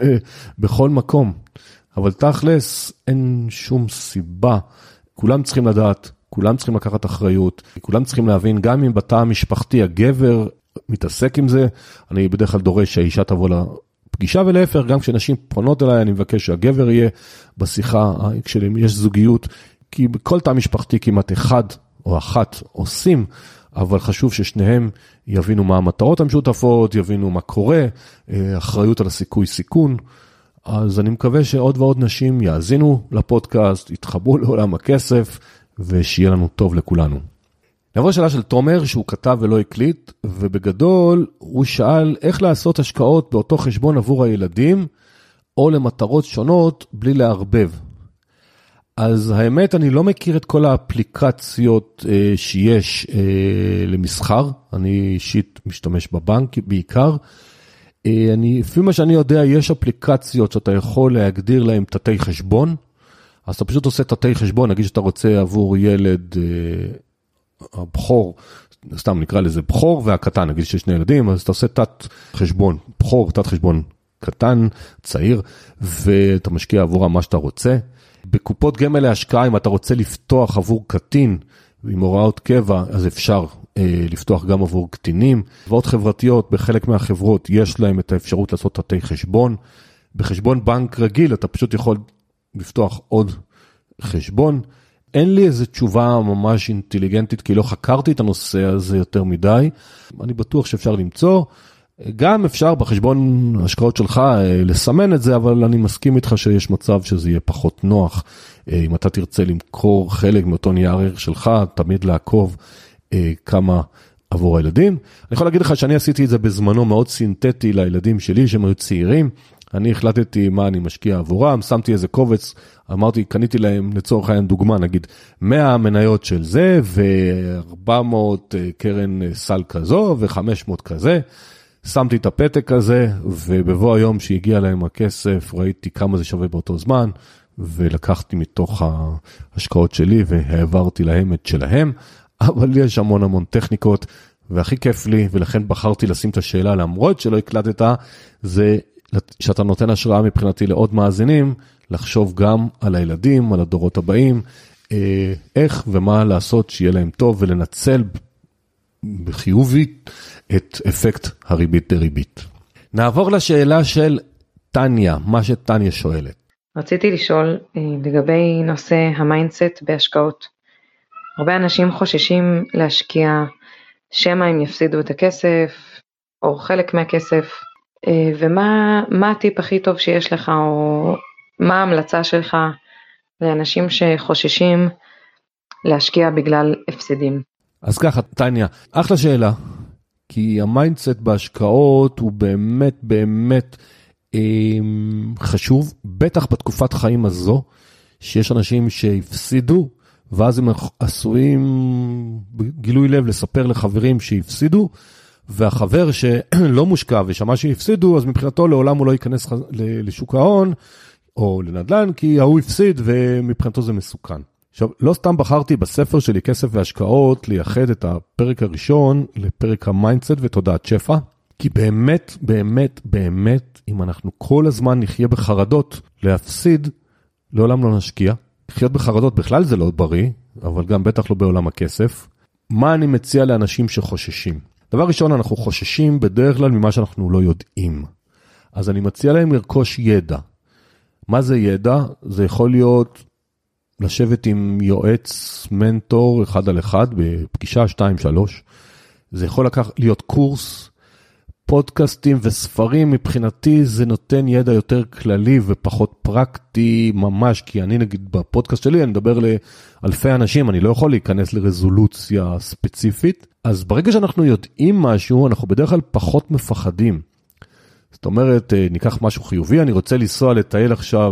בכל מקום. אבל תכלס, אין שום סיבה. כולם צריכים לדעת, כולם צריכים לקחת אחריות, כולם צריכים להבין, גם אם בתא המשפחתי הגבר מתעסק עם זה, אני בדרך כלל דורש שהאישה תבוא לפגישה, ולהפך, גם כשנשים פונות אליי, אני מבקש שהגבר יהיה בשיחה, כשיש זוגיות, כי בכל תא משפחתי כמעט אחד או אחת עושים, אבל חשוב ששניהם יבינו מה המטרות המשותפות, יבינו מה קורה, אחריות על הסיכוי סיכון, אז אני מקווה שעוד ועוד נשים יאזינו לפודקאסט, יתחברו לעולם הכסף, ושיהיה לנו טוב לכולנו. נעבור לשאלה של תומר שהוא כתב ולא הקליט, ובגדול הוא שאל איך לעשות השקעות באותו חשבון עבור הילדים, או למטרות שונות בלי להרבב. אז האמת אני לא מכיר את כל האפליקציות אה, שיש אה, למסחר, אני אישית משתמש בבנק בעיקר, אה, אני, לפי מה שאני יודע יש אפליקציות שאתה יכול להגדיר להם תתי חשבון, אז אתה פשוט עושה תתי חשבון, נגיד שאתה רוצה עבור ילד אה, הבחור, סתם נקרא לזה בחור והקטן, נגיד שיש שני ילדים, אז אתה עושה תת חשבון, בחור, תת חשבון קטן, צעיר, ואתה משקיע עבור מה שאתה רוצה. בקופות גמל להשקעה, אם אתה רוצה לפתוח עבור קטין, עם הוראות קבע, אז אפשר אה, לפתוח גם עבור קטינים. הלוואות חברתיות, בחלק מהחברות, יש להם את האפשרות לעשות תתי חשבון. בחשבון בנק רגיל, אתה פשוט יכול לפתוח עוד חשבון. אין לי איזו תשובה ממש אינטליגנטית, כי לא חקרתי את הנושא הזה יותר מדי. אני בטוח שאפשר למצוא. גם אפשר בחשבון השקעות שלך לסמן את זה, אבל אני מסכים איתך שיש מצב שזה יהיה פחות נוח. אם אתה תרצה למכור חלק מאותו נייר ערך שלך, תמיד לעקוב כמה עבור הילדים. אני יכול להגיד לך שאני עשיתי את זה בזמנו מאוד סינתטי לילדים שלי, שהם היו צעירים. אני החלטתי מה אני משקיע עבורם, שמתי איזה קובץ, אמרתי, קניתי להם לצורך העניין דוגמה, נגיד מאה מניות של זה, ו-ארבע מאות קרן סל כזו, ו-חמש מאות כזה. שמתי את הפתק הזה, ובבוא היום שהגיע להם הכסף, ראיתי כמה זה שווה באותו זמן, ולקחתי מתוך ההשקעות שלי, והעברתי להם את שלהם, אבל יש המון המון טכניקות, והכי כיף לי, ולכן בחרתי לשים את השאלה, למרות שלא הקלטת, זה שאתה נותן השראה מבחינתי לעוד מאזינים, לחשוב גם על הילדים, על הדורות הבאים, איך ומה לעשות שיהיה להם טוב, ולנצל בחיובית את אפקט הריבית דריבית. נעבור לשאלה של טניה, מה שטניה שואלת. רציתי לשאול לגבי נושא המיינדסט בהשקעות. הרבה אנשים חוששים להשקיע, שמא הם יפסידו את הכסף, או חלק מהכסף, ומה מה הטיפ הכי טוב שיש לך, או מה ההמלצה שלך לאנשים שחוששים להשקיע בגלל הפסדים? אז ככה, טניה, אחלה שאלה, כי המיינדסט בהשקעות הוא באמת באמת אה, חשוב, בטח בתקופת חיים הזו, שיש אנשים שהפסידו, ואז הם עשויים גילוי לב לספר לחברים שהפסידו, והחבר שלא מושקע ושמע שהפסידו, אז מבחינתו לעולם הוא לא ייכנס לשוק ההון, או לנדל"ן, כי ההוא הפסיד ומבחינתו זה מסוכן. עכשיו, לא סתם בחרתי בספר שלי כסף והשקעות לייחד את הפרק הראשון לפרק המיינדסט ותודעת שפע, כי באמת, באמת, באמת, אם אנחנו כל הזמן נחיה בחרדות להפסיד, לעולם לא נשקיע. לחיות בחרדות בכלל זה לא בריא, אבל גם בטח לא בעולם הכסף. מה אני מציע לאנשים שחוששים? דבר ראשון, אנחנו חוששים בדרך כלל ממה שאנחנו לא יודעים. אז אני מציע להם לרכוש ידע. מה זה ידע? זה יכול להיות לשבת עם יועץ, מנטור, אחד על אחד, בפגישה שתיים שלוש. זה יכול לקח, להיות קורס, פודקאסטים וספרים. מבחינתי זה נותן ידע יותר כללי ופחות פרקטי ממש, כי אני נגיד בפודקאסט שלי, אני מדבר לאלפי אנשים, אני לא יכול להיכנס לרזולוציה ספציפית. אז ברגע שאנחנו יודעים משהו, אנחנו בדרך כלל פחות מפחדים. זאת אומרת, ניקח משהו חיובי, אני רוצה לנסוע לטייל עכשיו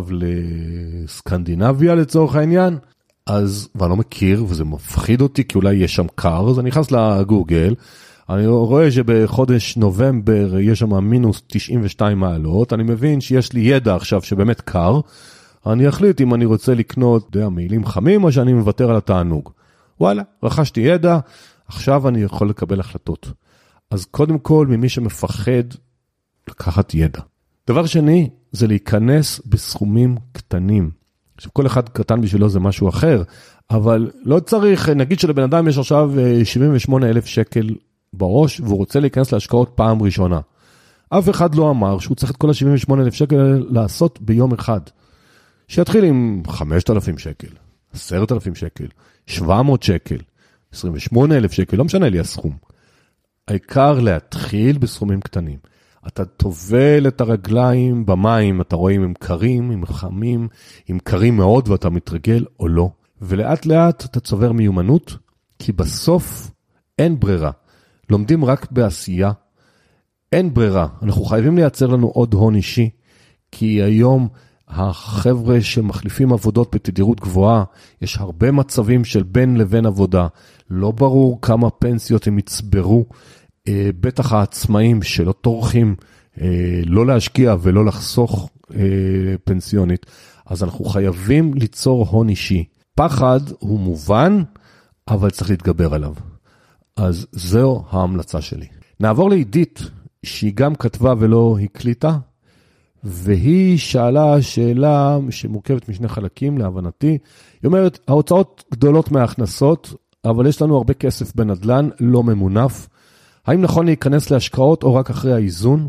לסקנדינביה לצורך העניין, אז, ואני לא מכיר, וזה מפחיד אותי, כי אולי יש שם קר, אז אני נכנס לגוגל, אני רואה שבחודש נובמבר יש שם מינוס תשעים ושתיים מעלות, אני מבין שיש לי ידע עכשיו שבאמת קר, אני אחליט אם אני רוצה לקנות, יודע, מעילים חמים, או שאני מוותר על התענוג. וואלה, רכשתי ידע, עכשיו אני יכול לקבל החלטות. אז קודם כל, ממי שמפחד, לקחת ידע. דבר שני, זה להיכנס בסכומים קטנים. עכשיו, כל אחד קטן בשבילו זה משהו אחר, אבל לא צריך, נגיד שלבן אדם יש עכשיו שבעים ושמונה אלף שקל בראש, והוא רוצה להיכנס להשקעות פעם ראשונה. אף אחד לא אמר שהוא צריך את כל ה-שבעים ושמונה אלף שקל לעשות ביום אחד. שיתחיל עם חמשת אלפים שקל, עשרת אלפים שקל, שבע מאות שקל, עשרים ושמונה אלף שקל, לא משנה לי הסכום. העיקר להתחיל בסכומים קטנים. אתה תובל את הרגליים במים, אתה רואה אם הם קרים, אם חמים, אם קרים מאוד ואתה מתרגל או לא. ולאט לאט אתה צובר מיומנות, כי בסוף אין ברירה. לומדים רק בעשייה, אין ברירה. אנחנו חייבים לייצר לנו עוד הון אישי, כי היום החבר'ה שמחליפים עבודות בתדירות גבוהה, יש הרבה מצבים של בין לבין עבודה, לא ברור כמה פנסיות הם יצברו, בטח העצמאים שלא טורחים לא להשקיע ולא לחסוך פנסיונית, אז אנחנו חייבים ליצור הון אישי. פחד הוא מובן, אבל צריך להתגבר עליו. אז זו ההמלצה שלי. נעבור לעידית, שהיא גם כתבה ולא הקליטה, והיא שאלה שאלה שמורכבת משני חלקים להבנתי. היא אומרת, ההוצאות גדולות מההכנסות, אבל יש לנו הרבה כסף בנדלן, לא ממונף. האם נכון להיכנס להשקעות או רק אחרי האיזון?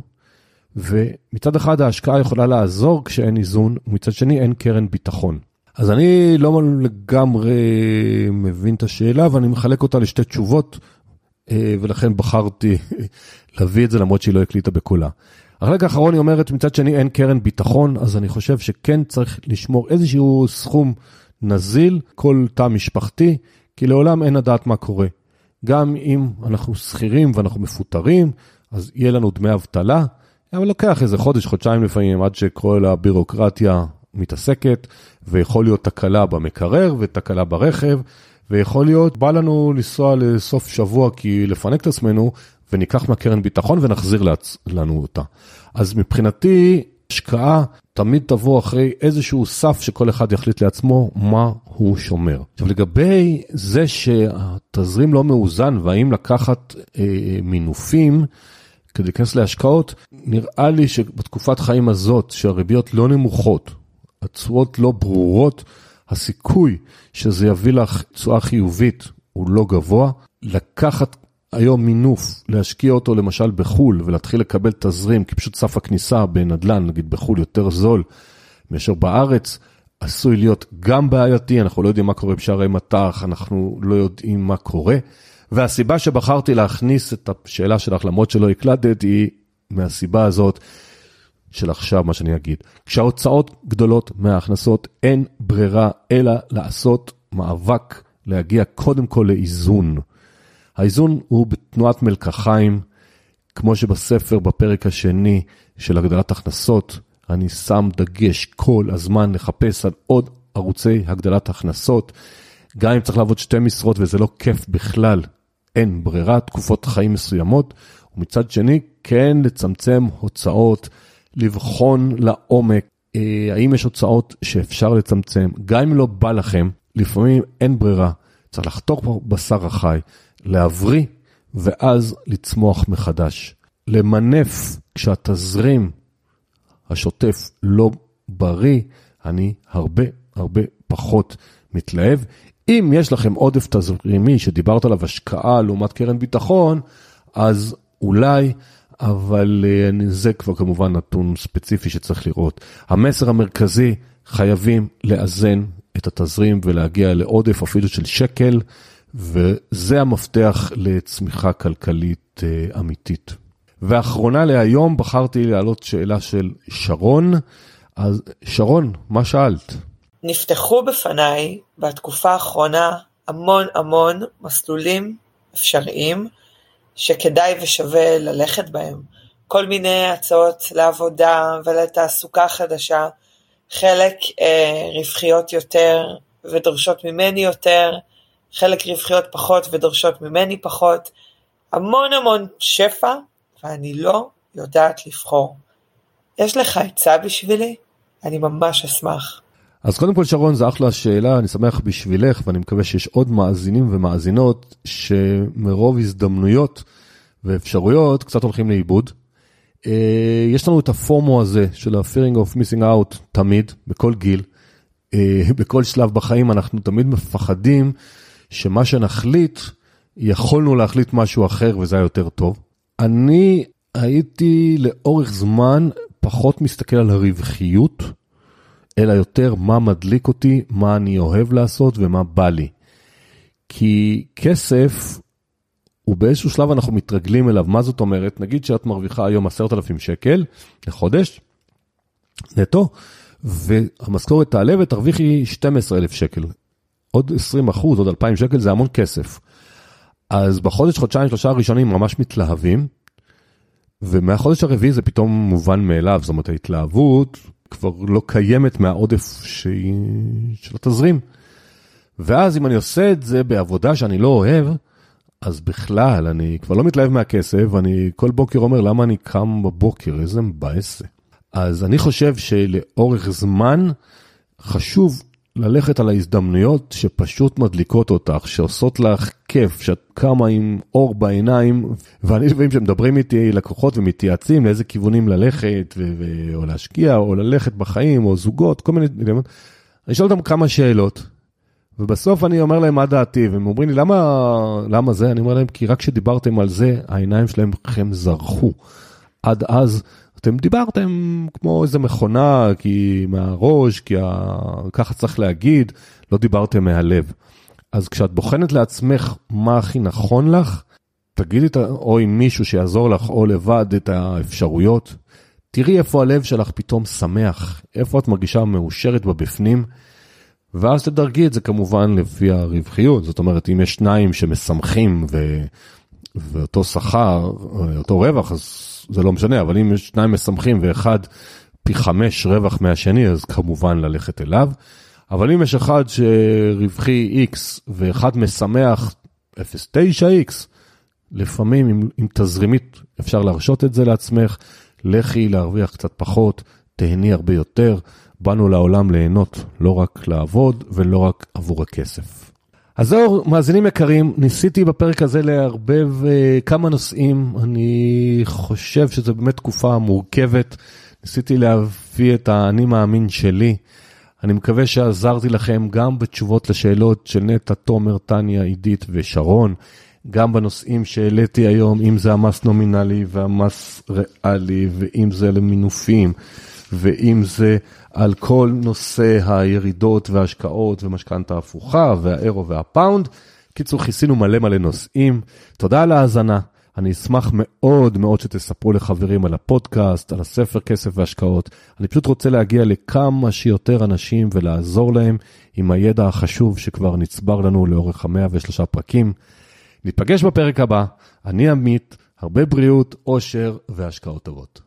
ומצד אחד ההשקעה יכולה לעזור כשאין איזון, ומצד שני אין קרן ביטחון. אז אני לא לגמרי מבין את השאלה, ואני מחלק אותה לשתי תשובות, ולכן בחרתי להביא את זה למרות שהיא לא הקליטה בקולה. החלק האחרון היא אומרת, מצד שני אין קרן ביטחון, אז אני חושב שכן צריך לשמור איזשהו סכום נזיל, כל תא משפחתי, כי לעולם אין לדעת מה קורה. גם אם אנחנו שכירים ואנחנו מפוטרים, אז יהיה לנו דמי אבטלה, אבל לוקח איזה חודש, חודשיים לפעמים, עד שכל הבירוקרטיה מתעסקת, ויכול להיות תקלה במקרר ותקלה ברכב, ויכול להיות, בא לנו לנסוע לסוף שבוע, כי לפנק את עצמנו, וניקח מהקרן ביטחון ונחזיר לנו אותה. אז מבחינתי, השקעה תמיד תבוא אחרי איזשהו סף שכל אחד יחליט לעצמו מה הוא שומר. עכשיו לגבי זה שהתזרים לא מאוזן, והאם לקחת אה, מינופים כדי להיכנס להשקעות, נראה לי שבתקופת חיים הזאת, שהריביות לא נמוכות, התשואות לא ברורות, הסיכוי שזה יביא לך תשואה חיובית הוא לא גבוה. לקחת היום מינוף, להשקיע אותו למשל בחול, ולהתחיל לקבל תזרים, כי פשוט סף הכניסה בנדלן, נגיד בחול יותר זול, מאשר בארץ, עשוי להיות גם בעייתי, אנחנו לא יודעים מה קורה בשערי מטח, אנחנו לא יודעים מה קורה, והסיבה שבחרתי להכניס את השאלה שלך, למרות שלא הקלטת, היא מהסיבה הזאת של עכשיו, מה שאני אגיד. כשההוצאות גדולות מההכנסות, אין ברירה, אלא לעשות מאבק, להגיע קודם כל לאיזון. האיזון הוא בתנועת מלקחיים, כמו שבספר בפרק השני של הגדלת הכנסות, אני שם דגש כל הזמן לחפש על עוד ערוצי הגדלת הכנסות, גם אם צריך לעבוד שתי משרות וזה לא כיף בכלל, אין ברירה, תקופות חיים מסוימות, ומצד שני כן לצמצם הוצאות, לבחון לעומק, אה, האם יש הוצאות שאפשר לצמצם, גם אם לא בא לכם, לפעמים אין ברירה, צריך לחתוך בשר החי, להבריא ואז לצמוח מחדש. למנף כשהתזרים השוטף לא בריא, אני הרבה הרבה פחות מתלהב. אם יש לכם עודף תזרימי שדיברת עליו השקעה לעומת קרן ביטחון, אז אולי, אבל זה כבר כמובן נתון ספציפי שצריך לראות. המסר המרכזי, חייבים לאזן את התזרים ולהגיע לעודף אפילו של שקל, וזה המפתח לצמיחה כלכלית אמיתית. ואחרונה להיום בחרתי להעלות שאלה של שרון. אז שרון, מה שאלת? נפתחו בפניי בתקופה האחרונה המון המון מסלולים אפשריים שכדאי ושווה ללכת בהם. כל מיני הצעות לעבודה ולתעסוקה חדשה, חלק אה, רווחיות יותר ודורשות ממני יותר, חלק רווחיות פחות ודורשות ממני פחות, המון המון שפע, ואני לא יודעת לבחור. יש לך עצה בשבילי? אני ממש אשמח. אז קודם כל שרון, זה אחלה שאלה, אני שמח בשבילך, ואני מקווה שיש עוד מאזינים ומאזינות, שמרוב הזדמנויות ואפשרויות קצת הולכים לאיבוד. יש לנו את הפורמו הזה של ה-fearing of missing out תמיד, בכל גיל, בכל שלב בחיים אנחנו תמיד מפחדים, שמה שנחליט, יכולנו להחליט משהו אחר וזה היה יותר טוב. אני הייתי לאורך זמן פחות מסתכל על הרווחיות, אלא יותר מה מדליק אותי, מה אני אוהב לעשות ומה בא לי. כי כסף, ובאיזשהו שלב אנחנו מתרגלים אליו. מה זאת אומרת? נגיד שאת מרוויחה היום עשרת אלפים שקל לחודש, נטו, והמשכורת תעלה ותרוויחי שנים עשר אלף שקל. עוד עשרים אחוז, עוד אלפיים שקל, זה המון כסף. אז בחודש, חודשיים, שלושה הראשונים ממש מתלהבים, ומהחודש הרביעי זה פתאום מובן מאליו, זאת אומרת, ההתלהבות כבר לא קיימת מהעודף שהיא, של התזרים. ואז אם אני עושה את זה בעבודה שאני לא אוהב, אז בכלל, אני כבר לא מתלהב מהכסף, ואני כל בוקר אומר, למה אני קם בבוקר? איזה מבאס זה. אז אני חושב שלאורך זמן חשוב ללכת על ההזדמנויות שפשוט מדליקות אותך, שעושות לך כיף, שאת קמה עם אור בעיניים, ואני לפעמים שמדברים איתי לקוחות ומתייעצים לאיזה כיוונים ללכת, ו- ו- או להשקיע, או ללכת בחיים, או זוגות, כל מיני דברים. אני שואל אותם כמה שאלות, ובסוף אני אומר להם מה דעתי, והם אומרים לי, למה, למה זה? אני אומר להם, כי רק כשדיברתם על זה, העיניים שלהם זרחו. עד אז, אתם דיברתם כמו איזה מכונה, כי מהראש, כי ה... ככה צריך להגיד, לא דיברתם מהלב. אז כשאת בוחנת לעצמך מה הכי נכון לך, תגידי, או עם מישהו שיעזור לך, או לבד את האפשרויות, תראי איפה הלב שלך פתאום שמח, איפה את מרגישה מאושרת בבפנים, ואז תדרגי את זה כמובן לפי הרווחיות. זאת אומרת, אם יש שניים שמשמחים ו... ואותו שכר, אותו רווח, אז זה לא משנה, אבל אם יש שניים משמחים ואחד פי חמש רווח מהשני, אז כמובן ללכת אליו. אבל אם יש אחד שרווחי X ואחד משמח אפס נקודה תשע איקס, לפעמים עם, עם תזרימית אפשר להרשות את זה לעצמך, לכי להרוויח קצת פחות, תהני הרבה יותר, באנו לעולם ליהנות, לא רק לעבוד ולא רק עבור הכסף. אז זהו, מאזינים יקרים, ניסיתי בפרק הזה להרבב uh, כמה נושאים, אני חושב שזו באמת תקופה מורכבת, ניסיתי להביא את האני מאמין שלי, אני מקווה שעזרתי לכם גם בתשובות לשאלות של נטע, תומר, טניה, עידית ושרון, גם בנושאים שהעליתי היום, אם זה המס נומינלי והמס ריאלי, ואם זה למינופים, ואם זה על כל נושא הירידות וההשקעות ומשכנתה הפוכה והאירו והפאונד. קיצור, כיסינו מלא מלא נושאים. תודה על ההאזנה. אני אשמח מאוד מאוד שתספרו לחברים על הפודקאסט, על הספר כסף והשקעות. אני פשוט רוצה להגיע לכמה שיותר אנשים ולעזור להם עם הידע החשוב שכבר נצבר לנו לאורך המאה ושלושה פרקים. ניפגש בפרק הבא. אני עמית, הרבה בריאות, אושר והשקעות טובות.